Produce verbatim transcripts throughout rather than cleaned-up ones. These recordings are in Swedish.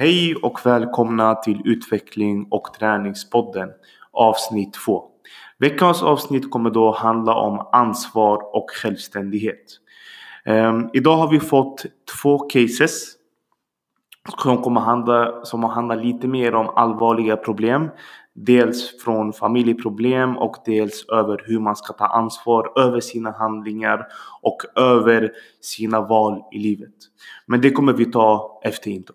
Hej och välkomna till Utveckling och träningspodden avsnitt två. Veckans avsnitt kommer då handla om ansvar och självständighet. Um, idag har vi fått två cases som kommer handla, som handlar lite mer om allvarliga problem. Dels från familjeproblem och dels över hur man ska ta ansvar över sina handlingar och över sina val i livet. Men det kommer vi ta efter intro.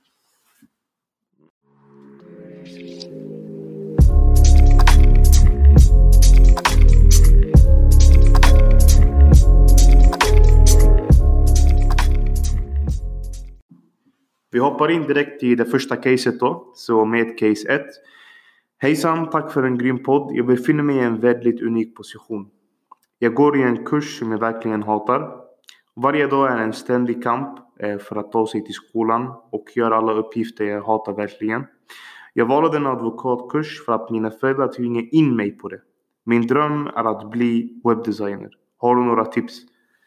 Vi hoppar in direkt i det första caset då. Så med case ett. Hejsan, tack för en grym podd. Jag befinner mig i en väldigt unik position. Jag går i en kurs som jag verkligen hatar. Varje dag är en ständig kamp för att ta sig till skolan och göra alla uppgifter jag hatar verkligen. Jag valde en advokatkurs för att mina föräldrar tvingade in mig på det. Min dröm är att bli webbdesigner. Har du några tips?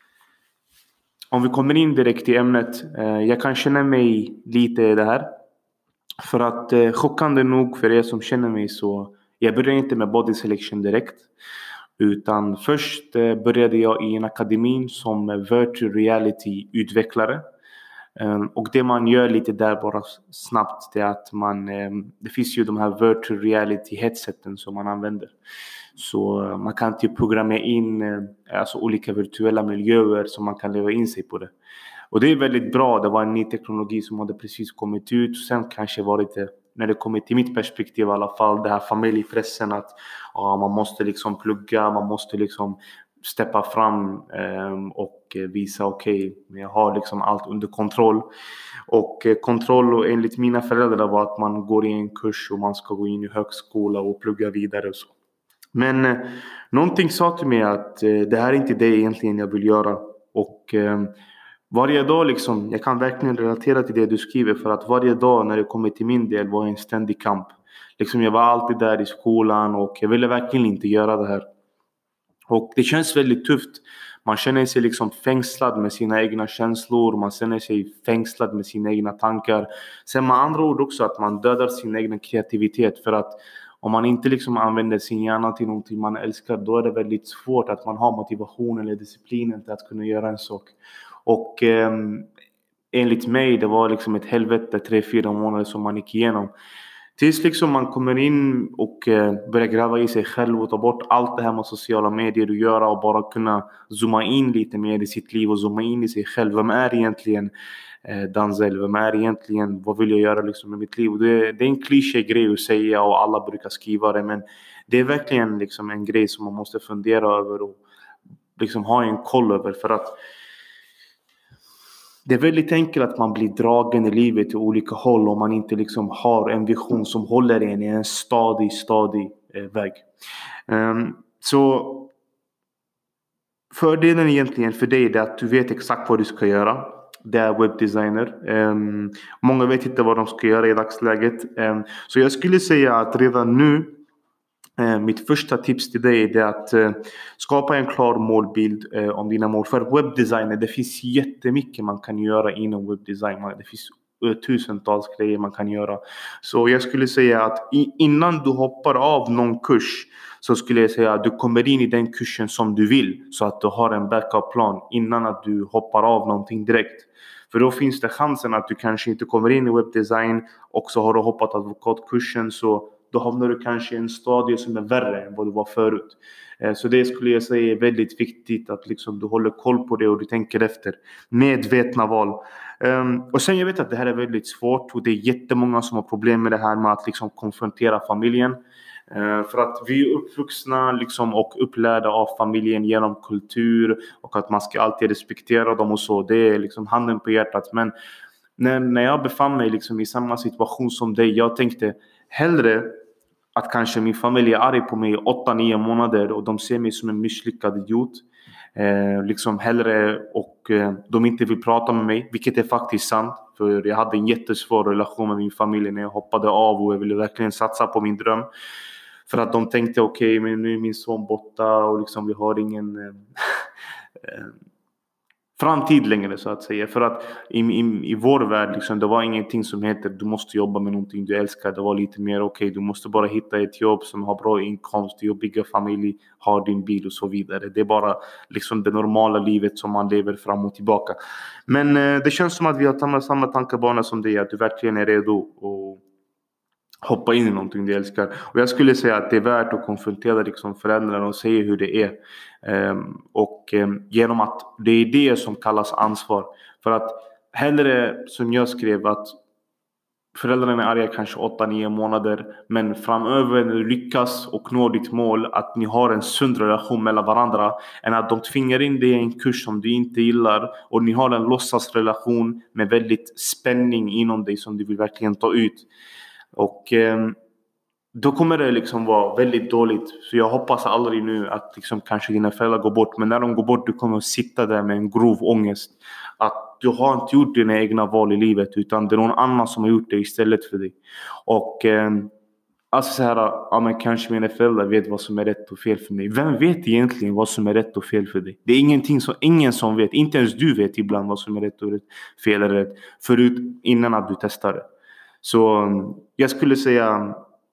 Om vi kommer in direkt i ämnet. Jag kan känna mig lite i det här. För att eh, chockande nog för er som känner mig så. Jag började inte med body selection direkt. Utan först eh, började jag i en akademi som virtual reality utvecklare. Um, och det man gör lite där bara snabbt. Det är att man. Um, det finns ju de här virtual reality headseten som man använder. Så uh, man kan typ programmera in uh, alltså olika virtuella miljöer som man kan leva in sig på det. Och det är väldigt bra. Det var en ny teknologi som hade precis kommit ut. Och sen kanske var det, när det kommer till mitt perspektiv i alla fall, det här familjepressen att ja, man måste liksom plugga, man måste liksom steppa fram um, och visa okej, okay, jag har liksom allt under kontroll. Och eh, kontroll och enligt mina föräldrar var att man går i en kurs och man ska gå in i högskola och plugga vidare och så. Men eh, någonting sa till mig att eh, det här är inte det egentligen jag vill göra. Och eh, varje dag liksom, jag kan verkligen relatera till det du skriver, för att varje dag när det kommer till min del var en ständig kamp. Liksom jag var alltid där i skolan och jag ville verkligen inte göra det här. Och det känns väldigt tufft. Man känner sig liksom fängslad med sina egna känslor. Man känner sig fängslad med sina egna tankar. Sen med andra ord också att man dödar sin egen kreativitet. För att om man inte liksom använder sin hjärna till någonting man älskar, då är det väldigt svårt att man har motivation eller disciplinen till att kunna göra en sak. Och eh, enligt mig, det var liksom ett helvete tre, fyra månader som man gick igenom. Tills liksom man kommer in och eh, börjar gräva i sig själv och ta bort allt det här med sociala medier och göra och bara kunna zooma in lite mer i sitt liv och zooma in i sig själv. Vem är egentligen eh, Danzel? Vem är egentligen, vad vill jag göra liksom med mitt liv? Och det, det är en kliché grej att säga och alla brukar skriva det, men det är verkligen liksom en grej som man måste fundera över och liksom ha en koll över, för att det är väldigt enkelt att man blir dragen i livet till olika håll om man inte liksom har en vision som håller en i en stadig, stadig eh, väg. Um, så fördelen egentligen för dig är att du vet exakt vad du ska göra. Det är webbdesigner. Um, många vet inte vad de ska göra i dagsläget. Um, så jag skulle säga att redan nu, Eh, mitt första tips till dig är att eh, skapa en klar målbild eh, om dina mål. För webbdesigner, det finns jättemycket man kan göra inom webbdesign. Det finns eh, tusentals grejer man kan göra. Så jag skulle säga att i, innan du hoppar av någon kurs, så skulle jag säga att du kommer in i den kursen som du vill. Så att du har en backup-plan innan att du hoppar av någonting direkt. För då finns det chansen att du kanske inte kommer in i webbdesign och så har du hoppat advokatkursen, så då hamnar du kanske i en stadie som är värre än vad du var förut. Så det skulle jag säga är väldigt viktigt, att liksom du håller koll på det och du tänker efter. Medvetna val. Och sen jag vet att det här är väldigt svårt och det är jättemånga som har problem med det här med att liksom konfrontera familjen. För att vi är uppvuxna liksom och upplärda av familjen genom kultur och att man ska alltid respektera dem och så. Det är liksom handen på hjärtat. Men när, när jag befann mig liksom i samma situation som dig, jag tänkte hellre att kanske min familj är arg på mig i åtta nio månader och de ser mig som en misslyckad idiot. Eh, liksom hellre och eh, de inte vill prata med mig, vilket är faktiskt sant. För jag hade en jättesvår relation med min familj när jag hoppade av och jag ville verkligen satsa på min dröm. För att de tänkte okej, okay, men nu är min son borta och liksom vi har ingen... Eh, framtid längre så att säga. För att i, i, i vår värld liksom, det var ingenting som heter du måste jobba med någonting du älskar. Det var lite mer okej, okay, du måste bara hitta ett jobb som har bra inkomst, du bygga familj, ha din bil och så vidare. Det är bara liksom det normala livet som man lever fram och tillbaka. Men eh, det känns som att vi har samma, samma tankebana som det, att du verkligen är redo och hoppa in i någonting du älskar. Och jag skulle säga att det är värt att konfrontera liksom föräldrarna och säga hur det är. Um, och um, genom att det är det som kallas ansvar. För att hellre, som jag skrev, att föräldrarna är arga kanske åtta nio månader. Men framöver när du lyckas och når ditt mål, att ni har en sund relation mellan varandra. Än att de tvingar in dig i en kurs som du inte gillar. Och ni har en låtsasrelation med väldigt spänning inom dig som du vill verkligen ta ut. Och eh, då kommer det liksom vara väldigt dåligt. Så jag hoppas aldrig nu att liksom kanske dina föräldrar går bort. Men när de går bort, du kommer att sitta där med en grov ångest. Att du har inte gjort dina egna val i livet, utan det är någon annan som har gjort det istället för dig. Och eh, alltså så här, ja men kanske mina föräldrar vet vad som är rätt och fel för mig. Vem vet egentligen vad som är rätt och fel för dig? Det är ingenting som, ingen som vet. Inte ens du vet ibland vad som är rätt och rätt, fel eller rätt. Förut innan att du testar det. Så jag skulle säga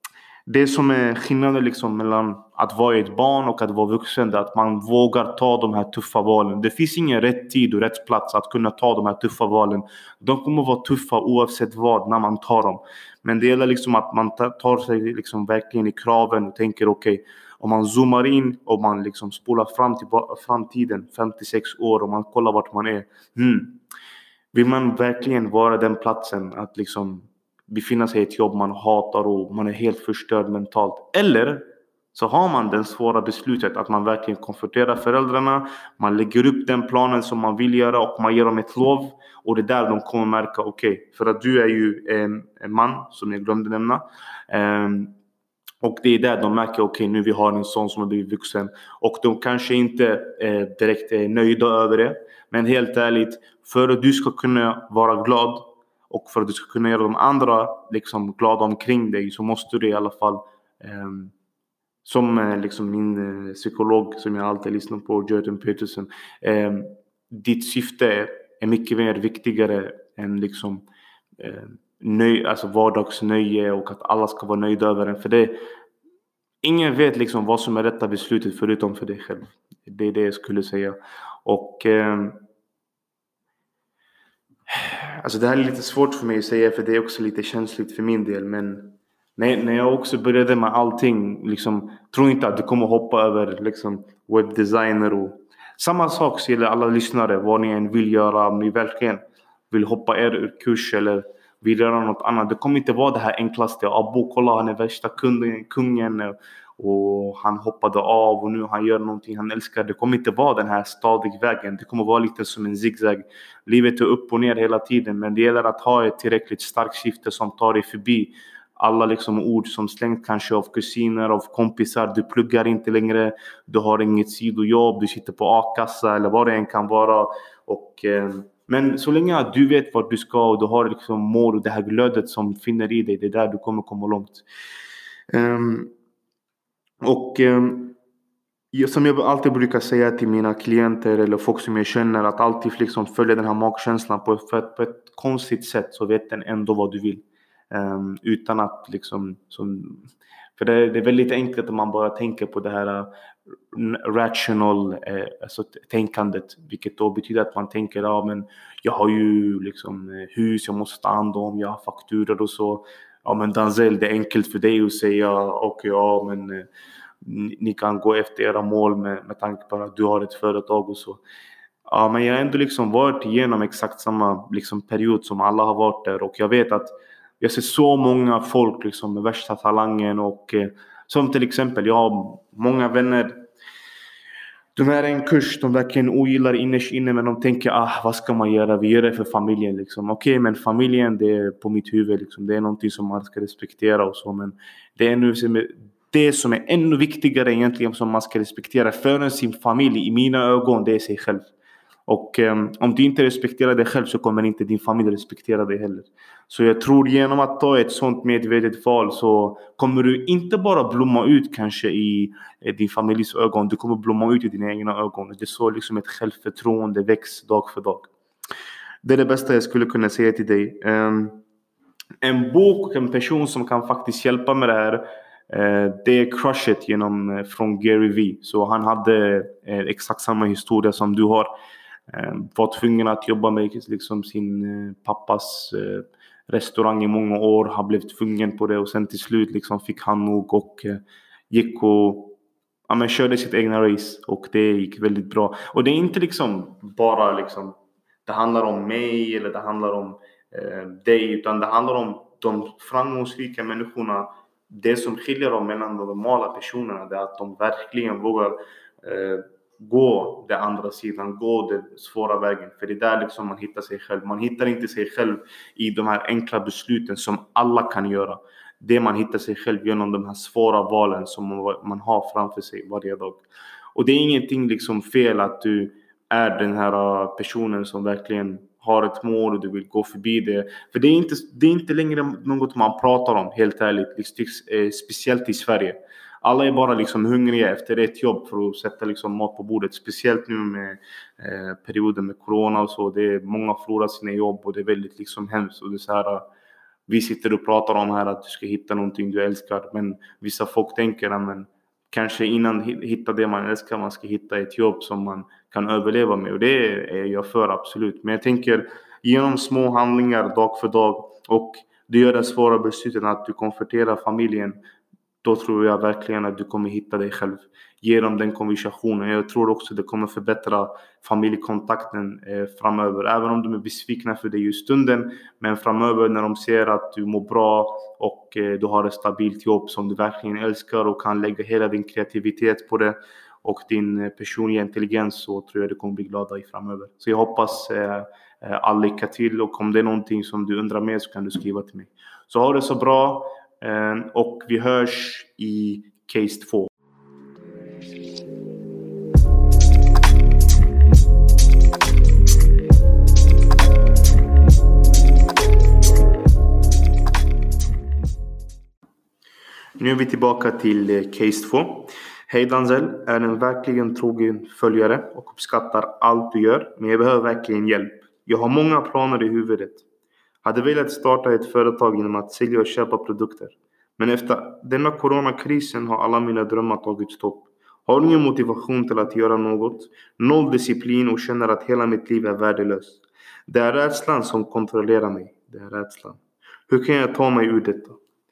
det som är skillnaden liksom mellan att vara ett barn och att vara vuxen, är att man vågar ta de här tuffa valen. Det finns ingen rätt tid och rätt plats att kunna ta de här tuffa valen. De kommer att vara tuffa oavsett vad när man tar dem. Men det gäller liksom att man tar sig liksom verkligen i kraven och tänker okej, okay, om man zoomar in och man liksom spolar fram till framtiden femtiosex år och man kollar vart man är. Hmm. Vill man verkligen vara den platsen att liksom befinna sig i ett jobb man hatar och man är helt förstörd mentalt? Eller så har man den svåra beslutet att man verkligen konfronterar föräldrarna, man lägger upp den planen som man vill göra och man ger dem ett lov. Och det är där de kommer märka, okej, okay, för att du är ju en, en man som jag glömde nämna. Um, och det är där de märker, okej okay, nu vi har en son som har blivit vuxen. Och de kanske inte eh, direkt är nöjda över det. Men helt ärligt, för att du ska kunna vara glad och för att du ska kunna göra de andra liksom glada omkring dig, så måste du i alla fall eh, som eh, liksom min eh, psykolog som jag alltid lyssnar på, Jordan Peterson, eh, ditt syfte är mycket mer viktigare än liksom eh, nöj, alltså vardagsnöje och att alla ska vara nöjda över en. För det, ingen vet liksom vad som är rätta beslutet förutom för dig själv. Det är det jag skulle säga. Och eh, alltså det här är lite svårt för mig att säga, för det är också lite känsligt för min del. Men när, när jag också började med allting, liksom, tror inte att du kommer hoppa över liksom, webbdesigner och samma sak till alla lyssnare, vad ni än vill göra. Om ni verkligen vill hoppa er ur kurs eller vill göra något annat, det kommer inte vara det här enklaste. Abo, kolla, han är värsta kunden, kungen och han hoppade av och nu han gör någonting han älskar. Det kommer inte vara den här stadig vägen. Det kommer vara lite som en zigzag. Livet är upp och ner hela tiden, men det gäller att ha ett tillräckligt starkt syfte som tar dig förbi alla liksom ord som slängt kanske av kusiner, av kompisar. Du pluggar inte längre, du har inget sidojobb, du sitter på a-kassa eller vad det än kan vara. Och eh, men så länge att du vet vart du ska och du har liksom mål och det här glödet som finner i dig, det är där du kommer komma långt. Um, och um, som jag alltid brukar säga till mina klienter eller folk som jag känner, att alltid liksom följa den här magkänslan på ett, på ett konstigt sätt, så vet den ändå vad du vill. Um, utan att liksom som, för det, det är väldigt enkelt om man bara tänker på det här uh, rational eh, alltså tänkandet, vilket då betyder att man tänker, ja men jag har ju liksom hus jag måste ta hand om, jag har fakturer och så. Ja men Danzel, det är enkelt för dig att säga okej, okay, ja men eh, ni, ni kan gå efter era mål med, med tanke på att du har ett företag och så. Ja, men jag har ändå liksom varit igenom exakt samma liksom period som alla har varit där, och jag vet att jag ser så många folk liksom med värsta talangen och eh, som till exempel, jag har många vänner, de är en kurs de verkligen ogillar innerst inne, men de tänker, ah vad ska man göra, vi gör det för familjen liksom. Okej, okay, men familjen, det är på mitt huvud liksom. Det är någonting som man ska respektera och så, men det är nu som är, det som är ännu viktigare egentligen som man ska respektera för sin familj i mina ögon, det är sig själv. Och eh, om du inte respekterar dig själv så kommer inte din familj respektera dig heller. Så jag tror genom att ta ett sånt medvetet val så kommer du inte bara blomma ut kanske i eh, din familjs ögon. Du kommer blomma ut i dina egna ögon. Det är så liksom ett självförtroende växer dag för dag. Det är det bästa jag skulle kunna säga till dig. Um, en bok och en person som kan faktiskt hjälpa med det här. Uh, det är Crush It genom, uh, från Gary Vee. Så han hade uh, exakt samma historia som du har. Uh, var tvungen att jobba med liksom, sin uh, pappas uh, restaurang i många år. Han blev tvungen på det. Och sen till slut liksom, fick han nog och uh, gick och ja, men, körde sitt egna race. Och det gick väldigt bra. Och det är inte liksom bara liksom det handlar om mig eller det handlar om eh, dig, utan det handlar om de framgångsrika människorna. Det som skiljer dem mellan de normala personerna, det är att de verkligen vågar eh, gå den andra sidan, gå den svåra vägen. För det är där liksom man hittar sig själv. Man hittar inte sig själv i de här enkla besluten som alla kan göra. Det man hittar sig själv genom de här svåra valen som man har framför sig varje dag. Och det är ingenting liksom fel att du är den här personen som verkligen har ett mål och du vill gå förbi det. För det är inte, det är inte längre något man pratar om, helt ärligt. Liksom, speciellt i Sverige. Alla är bara liksom hungriga efter ett jobb för att sätta liksom mat på bordet. Speciellt nu med eh, perioden med corona och så. Det är många förlorar sina jobb och det är väldigt liksom hemskt. Och det är så här, vi sitter och pratar om här att du ska hitta någonting du älskar. Men vissa folk tänker att men kanske innan hitta det man älskar, man ska hitta ett jobb som man kan överleva med. Och det är jag för, absolut. Men jag tänker genom små handlingar dag för dag och du gör det svåra besluten att du konfronterar familjen. Då tror jag verkligen att du kommer hitta dig själv genom den konversationen. Jag tror också att det kommer förbättra familjekontakten eh, framöver. Även om de är besvikna för dig i stunden. Men framöver när de ser att du mår bra och eh, du har ett stabilt jobb som du verkligen älskar och kan lägga hela din kreativitet på det och din personliga intelligens, så tror jag du kommer bli glada i framöver. Så jag hoppas eh, all lycka till, och om det är någonting som du undrar med så kan du skriva till mig. Så ha det så bra. Och vi hörs i case två. Nu är vi tillbaka till case två. Hej Danzel, är en verkligen trogen följare och uppskattar allt du gör, men jag behöver verkligen hjälp. Jag har många planer i huvudet. Hade velat starta ett företag genom att sälja och köpa produkter. Men efter denna coronakrisen har alla mina drömmar tagit stopp. Har ingen motivation till att göra något. Noll disciplin och känner att hela mitt liv är värdelöst. Det är rädslan som kontrollerar mig. Det är rädslan. Hur kan jag ta mig ur detta?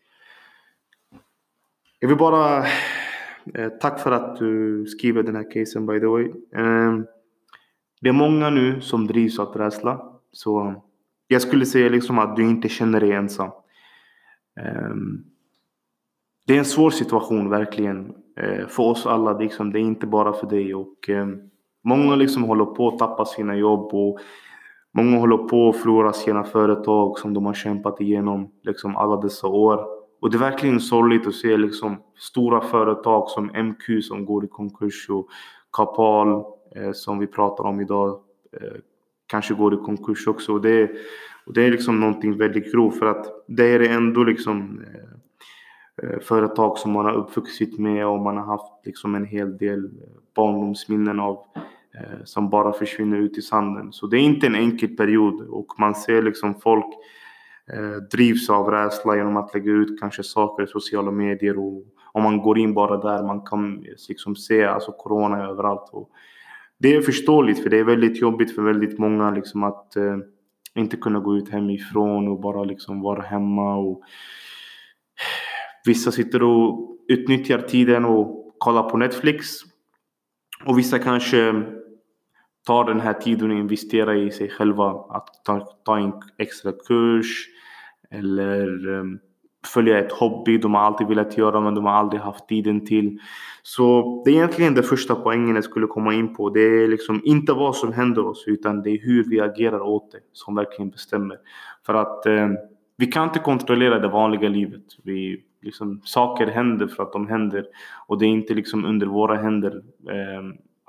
Jag vill bara... Eh, tack för att du skriver den här casen, by the way. Eh, det är många nu som drivs av rädsla. Så... Jag skulle säga liksom att du inte känner dig ensam. Um, det är en svår situation verkligen. Uh, för oss alla. Liksom, det är inte bara för dig. Och, um, många liksom håller på att tappa sina jobb. Och många håller på att förlora sina företag som de har kämpat igenom liksom, alla dessa år. Och det är verkligen sorgligt att se liksom, stora företag som M Q som går i konkurs. Och Kappahl uh, som vi pratar om idag. Uh, kanske går i konkurs också. Och det är, och det är liksom någonting väldigt grovt, för att det är ändå liksom eh, företag som man har uppvuxit med och man har haft liksom en hel del barndomsminnen av eh, som bara försvinner ut i sanden. Så det är inte en enkel period, och man ser liksom folk eh, drivs av rädsla genom att lägga ut kanske saker i sociala medier, och om man går in bara där man kan liksom se alltså corona överallt. Och det är förståeligt, för det är väldigt jobbigt för väldigt många liksom att eh, inte kunna gå ut hemifrån och bara liksom vara hemma. Och vissa sitter och utnyttjar tiden och kollar på Netflix. Och vissa kanske tar den här tiden och investerar i sig själva. Att ta, ta en extra kurs eller um, följa ett hobby de har alltid velat göra men de har aldrig haft tiden till. Så det är egentligen det första poängen jag skulle komma in på. Det är liksom inte vad som händer oss, utan det är hur vi agerar åt det som verkligen bestämmer. För att eh, vi kan inte kontrollera det vanliga livet. Vi, liksom, saker händer för att de händer. Och det är inte liksom under våra händer eh,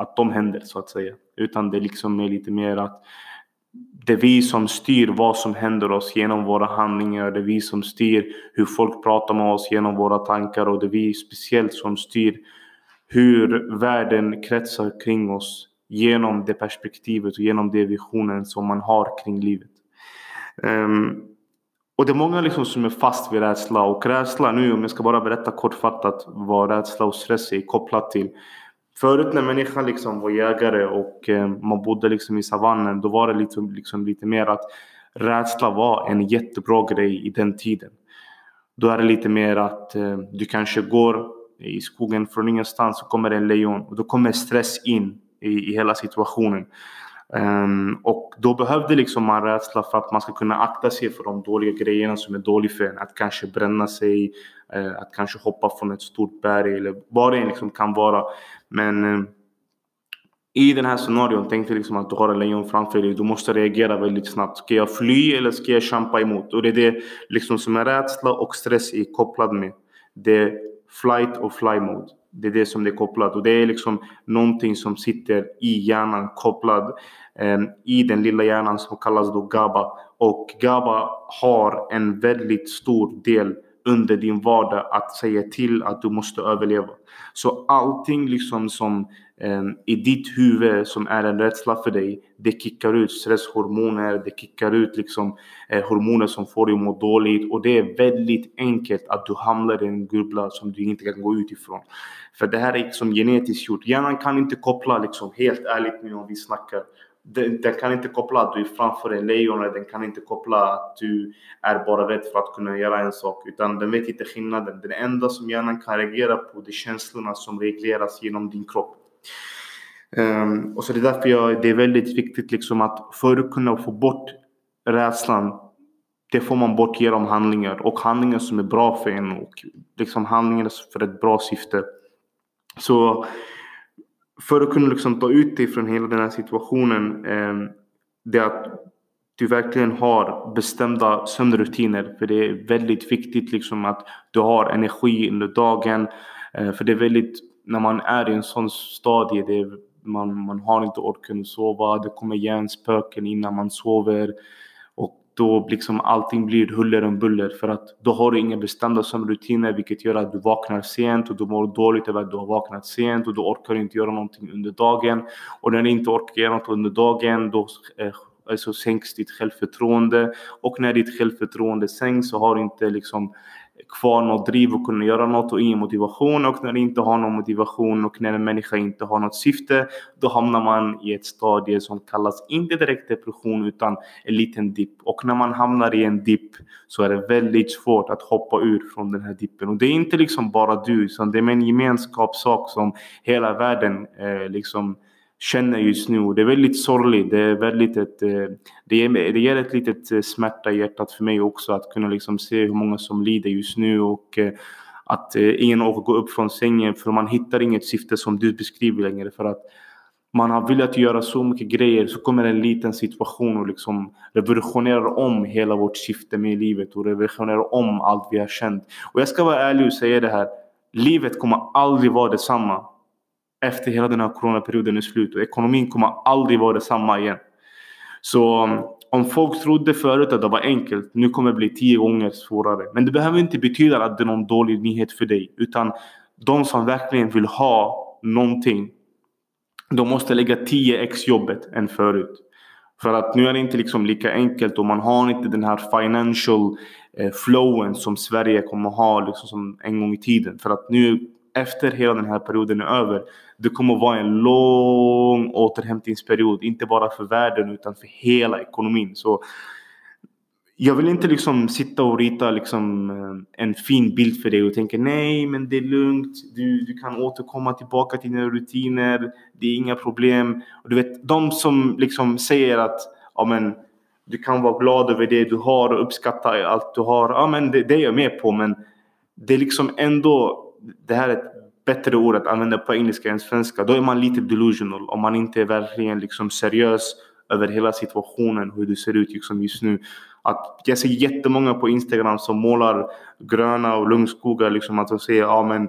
att de händer så att säga. Utan det liksom är lite mer att det är vi som styr vad som händer oss genom våra handlingar. Det är vi som styr hur folk pratar med oss genom våra tankar. Och det är vi speciellt som styr hur världen kretsar kring oss genom det perspektivet och genom det visionen som man har kring livet. Um, och det är många liksom som är fast vid rädsla. Och rädsla nu, om jag ska bara berätta kortfattat vad rädsla och stress är kopplat till. Förut när människan liksom var jägare och eh, man bodde liksom i savannen, då var det liksom, liksom lite mer att rädsla var en jättebra grej i den tiden. Då är det lite mer att eh, du kanske går i skogen från ingenstans, så kommer en lejon och då kommer stress in i, i hela situationen. Um, och då behövde liksom man rädsla för att man ska kunna akta sig för de dåliga grejerna som är dåliga för en. Att kanske bränna sig, uh, att kanske hoppa från ett stort berg eller vad det liksom kan vara. Men uh, i den här scenarion tänkte jag liksom att du har en lejon framför dig. Du måste reagera väldigt snabbt. Ska jag fly eller ska jag kämpa emot? Och det är det liksom som är rädsla och stress är kopplad med. Det är flight och fly mode. Det är det som det är kopplat. Och det är liksom någonting som sitter i hjärnan kopplad. Eh, I den lilla hjärnan som kallas då GABA. Och GABA har en väldigt stor del under din vardag att säga till att du måste överleva. Så allting liksom som eh, i ditt huvud som är en rädsla för dig, det kickar ut stresshormoner, det kickar ut liksom eh, hormoner som får dig att må dåligt. Och det är väldigt enkelt att du hamnar i en bubbla som du inte kan gå ut ifrån. För det här är liksom genetiskt gjort. Hjärnan kan inte koppla liksom, helt ärligt nu om vi snackar. Den, den kan inte koppla att du är framför en lejon. Den kan inte koppla att du är bara rädd för att kunna göra en sak. Utan den vet inte skillnaden. Det enda som hjärnan kan reagera på, det är känslorna som regleras genom din kropp. Um, och så det är därför jag, det är väldigt viktigt liksom att för att kunna få bort rädslan, det får man bort genom handlingar. Och handlingar som är bra för en. Och liksom handlingar för ett bra syfte. Så för att kunna liksom ta ut dig från hela den här situationen, eh, det är att du verkligen har bestämda sömnrutiner. För det är väldigt viktigt liksom att du har energi under dagen. Eh, för det är väldigt, när man är i en sån stadie, det är, man, man har inte orken att sova. Det kommer hjärnspöken innan man sover. Och då liksom allting blir huller om buller. För att då har du inga bestämda sömnrutiner, vilket gör att du vaknar sent. Och du mår dåligt över att du har vaknat sent. Och du orkar inte göra någonting under dagen. Och när du inte orkar göra något under dagen, då eh, alltså sänks ditt självförtroende. Och när ditt självförtroende sänks, så har du inte liksom kvar något driv att kunna göra något och ingen motivation. Och när du inte har någon motivation och när en människa inte har något syfte, då hamnar man i ett stadie som kallas inte direkt depression utan en liten dipp. Och när man hamnar i en dipp så är det väldigt svårt att hoppa ur från den här dippen. Och det är inte liksom bara du, utan det är en gemenskapssak som hela världen eh, liksom känner just nu. Det är väldigt sorgligt. Det är väldigt ett, det ger, det ger ett litet smärta i hjärtat för mig också att kunna liksom se hur många som lider just nu och att ingen orkar gå upp från sängen för man hittar inget syfte som du beskriver längre. För att man har velat göra så mycket grejer, så kommer en liten situation och liksom revolutionerar om hela vårt syfte med livet och revolutionerar om allt vi har känt. Och jag ska vara ärlig och säga det här. Livet kommer aldrig vara detsamma efter hela den här coronaperioden är slut. Och ekonomin kommer aldrig vara detsamma igen. Så om folk trodde förut att det var enkelt, nu kommer det bli tio gånger svårare. Men det behöver inte betyda att det är någon dålig nyhet för dig. Utan de som verkligen vill ha någonting, de måste lägga tio x jobbet än förut. För att nu är det inte liksom lika enkelt och man har inte den här financial eh, flowen som Sverige kommer ha liksom som en gång i tiden. För att nu efter hela den här perioden är över, det kommer att vara en lång återhämtningsperiod. Inte bara för världen utan för hela ekonomin. Så jag vill inte liksom sitta och rita liksom en fin bild för dig och tänka nej men det är lugnt. Du, du kan återkomma tillbaka till dina rutiner. Det är inga problem. Och du vet, de som liksom säger att ja, men, du kan vara glad över det du har och uppskatta allt du har. Ja men det, det är jag med på, men det är liksom ändå, det här är ett bättre ord att använda på engelska än svenska. Då är man lite delusional om man inte är verkligen liksom seriös över hela situationen, hur det ser ut liksom just nu. Att jag ser jättemånga på Instagram som målar gröna och lungskogar liksom, att de säger ja men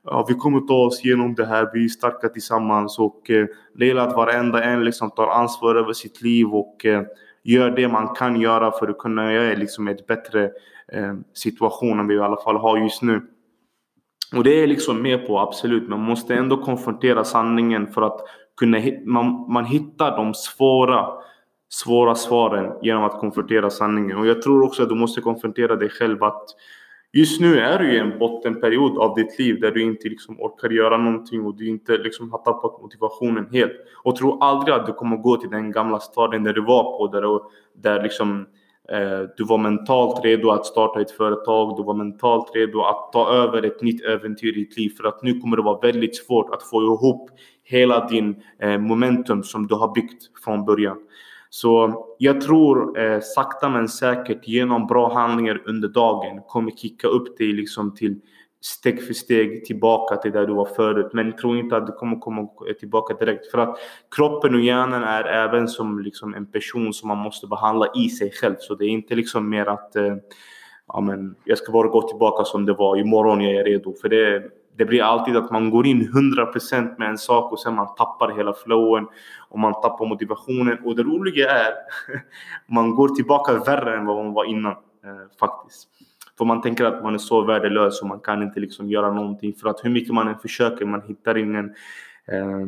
ja, vi kommer ta oss igenom det här, vi är starka tillsammans. Och eh, det gäller att varenda en liksom tar ansvar över sitt liv och eh, gör det man kan göra för att kunna göra liksom ett bättre eh, situation än vi i alla fall har just nu. Och det är liksom med på, absolut. Man måste ändå konfrontera sanningen för att kunna man, man hittar de svåra svåra svaren genom att konfrontera sanningen. Och jag tror också att du måste konfrontera dig själv att just nu är du i en bottenperiod av ditt liv där du inte liksom orkar göra någonting och du inte liksom har tappat motivationen helt. Och tro aldrig att du kommer gå till den gamla stadien där du var på, där, där liksom eh, du var mentalt redo att starta ett företag, du var mentalt redo att ta över ett nytt äventyr i ditt liv, för att nu kommer det vara väldigt svårt att få ihop hela din eh, momentum som du har byggt från början. Så jag tror eh, sakta men säkert genom bra handlingar under dagen kommer kicka upp dig liksom till steg för steg tillbaka till där du var förut. Men jag tror inte att du kommer komma tillbaka direkt, för att kroppen och hjärnan är även som liksom en person som man måste behandla i sig själv. Så det är inte liksom mer att eh, ja, men jag ska bara gå tillbaka som det var, imorgon jag är redo. För det Det blir alltid att man går in hundra procent med en sak och sen man tappar hela flowen och man tappar motivationen. Och det roliga är man går tillbaka värre än vad man var innan eh, faktiskt. För man tänker att man är så värdelös och man kan inte liksom göra någonting. För att hur mycket man än försöker, man hittar ingen eh,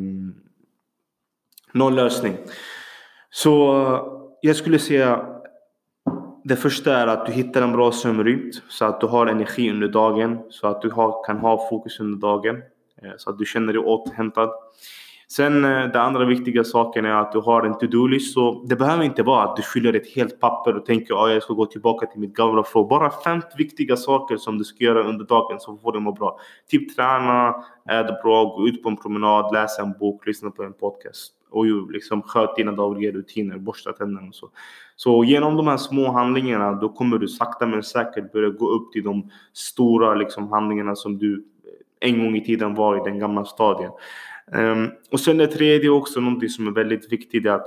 någon lösning. Så jag skulle säga, det första är att du hittar en bra sömnrytm så att du har energi under dagen, så att du har, kan ha fokus under dagen, så att du känner dig återhämtad. Sen det andra viktiga saken är att du har en to-do-list. Så det behöver inte vara att du fyller ett helt papper och tänker att jag ska gå tillbaka till mitt gamla flow. Bara fem viktiga saker som du ska göra under dagen så får du må bra. Typ träna, äta bra, gå ut på en promenad, läsa en bok, lyssna på en podcast. Och ju liksom sköt dina dagliga rutiner, borsta tänderna och så. Så genom de här små handlingarna då kommer du sakta men säkert börja gå upp till de stora liksom handlingarna som du en gång i tiden var i den gamla stadien. Um, och sen det tredje också, någonting som är väldigt viktigt, är att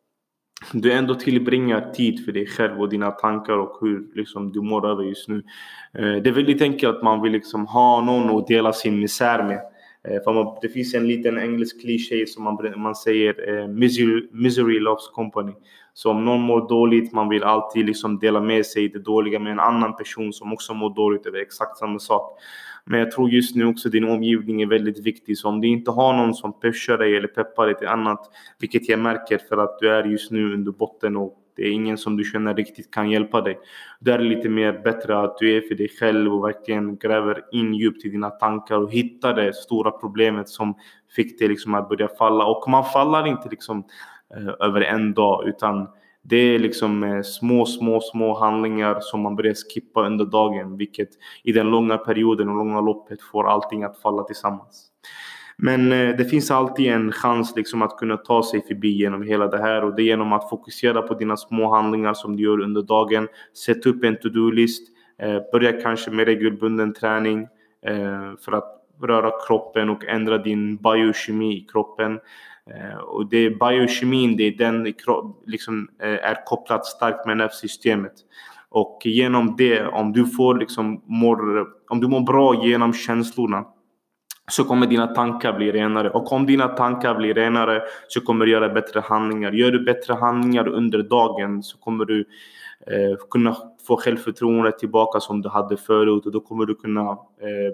du ändå tillbringar tid för dig själv och dina tankar och hur liksom, du mår över just nu. Uh, det är väldigt enkelt att man vill liksom ha någon att dela sin misär med. Uh, för man, det finns en liten engelsk kliché som man, man säger uh, misery, misery loves company. Så om någon mår dåligt, man vill alltid liksom dela med sig det dåliga med en annan person som också mår dåligt över exakt samma sak. Men jag tror just nu också din omgivning är väldigt viktig. Så om du inte har någon som pushar dig eller peppar dig till annat, vilket jag märker för att du är just nu under botten och det är ingen som du känner riktigt kan hjälpa dig. Där är det lite mer bättre att du är för dig själv och verkligen gräver in djupt i dina tankar och hittar det stora problemet som fick dig liksom att börja falla. Och man fallar inte liksom eh, över en dag, utan det är liksom små, små, små handlingar som man börjar skippa under dagen. Vilket i den långa perioden och långa loppet får allting att falla tillsammans. Men eh, det finns alltid en chans liksom att kunna ta sig förbi genom hela det här. Och det är genom att fokusera på dina små handlingar som du gör under dagen. Sätt upp en to-do-list. Eh, börja kanske med regelbunden träning. Eh, för att röra kroppen och ändra din biokemi i kroppen. Uh, och det är biokemin, det är den liksom, uh, är kopplat starkt med nervsystemet. Och genom det, om du får liksom mår, om du mår bra genom känslorna, så kommer dina tankar bli renare. Och om dina tankar blir renare så kommer du göra bättre handlingar. Gör du bättre handlingar under dagen så kommer du uh, kunna få självförtroende tillbaka som du hade förut. Och då kommer du kunna uh,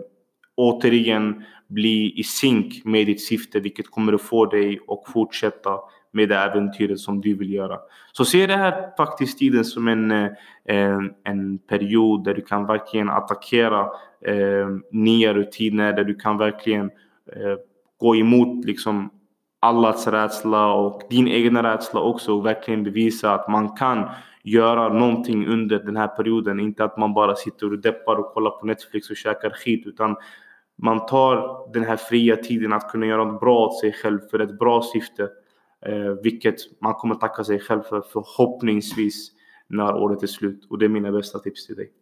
återigen bli i synk med ditt syfte, vilket kommer att få dig att fortsätta med det äventyret som du vill göra. Så se det här faktiskt tiden som en, en, en period där du kan verkligen attackera eh, nya rutiner, där du kan verkligen eh, gå emot liksom allas rädsla och din egen rädsla också, och verkligen bevisa att man kan göra någonting under den här perioden. Inte att man bara sitter och deppar och kollar på Netflix och käkar skit, utan man tar den här fria tiden att kunna göra något bra åt sig själv för ett bra syfte. Eh, vilket man kommer tacka sig själv för förhoppningsvis när året är slut. Och det är mina bästa tips till dig.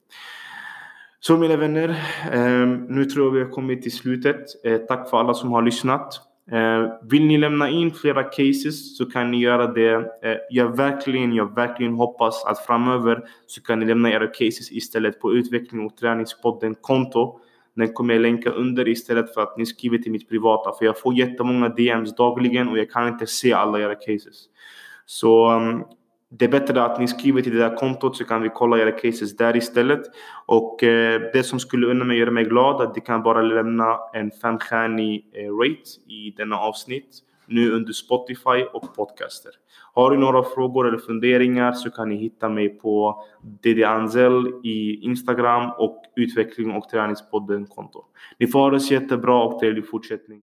Så mina vänner, eh, nu tror jag vi har kommit till slutet. Eh, tack för alla som har lyssnat. Eh, vill ni lämna in flera cases så kan ni göra det. Eh, jag verkligen, jag verkligen hoppas att framöver så kan ni lämna era cases istället på utveckling och träningspodden konto. Den kommer jag länka under istället för att ni skriver till mitt privata. För jag får jättemånga D Ms dagligen och jag kan inte se alla era cases. Så um, det är bättre att ni skriver till det där kontot så kan vi kolla era cases där istället. Och eh, det som skulle unna mig göra mig glad att ni kan bara lämna en femstjärnig eh, rate i denna avsnitt. Nu under Spotify och podcaster. Har du några frågor eller funderingar så kan ni hitta mig på D D Anzel i Instagram och utveckling och träningspodden konto. Ni får ha det så jättebra och trevlig fortsättning.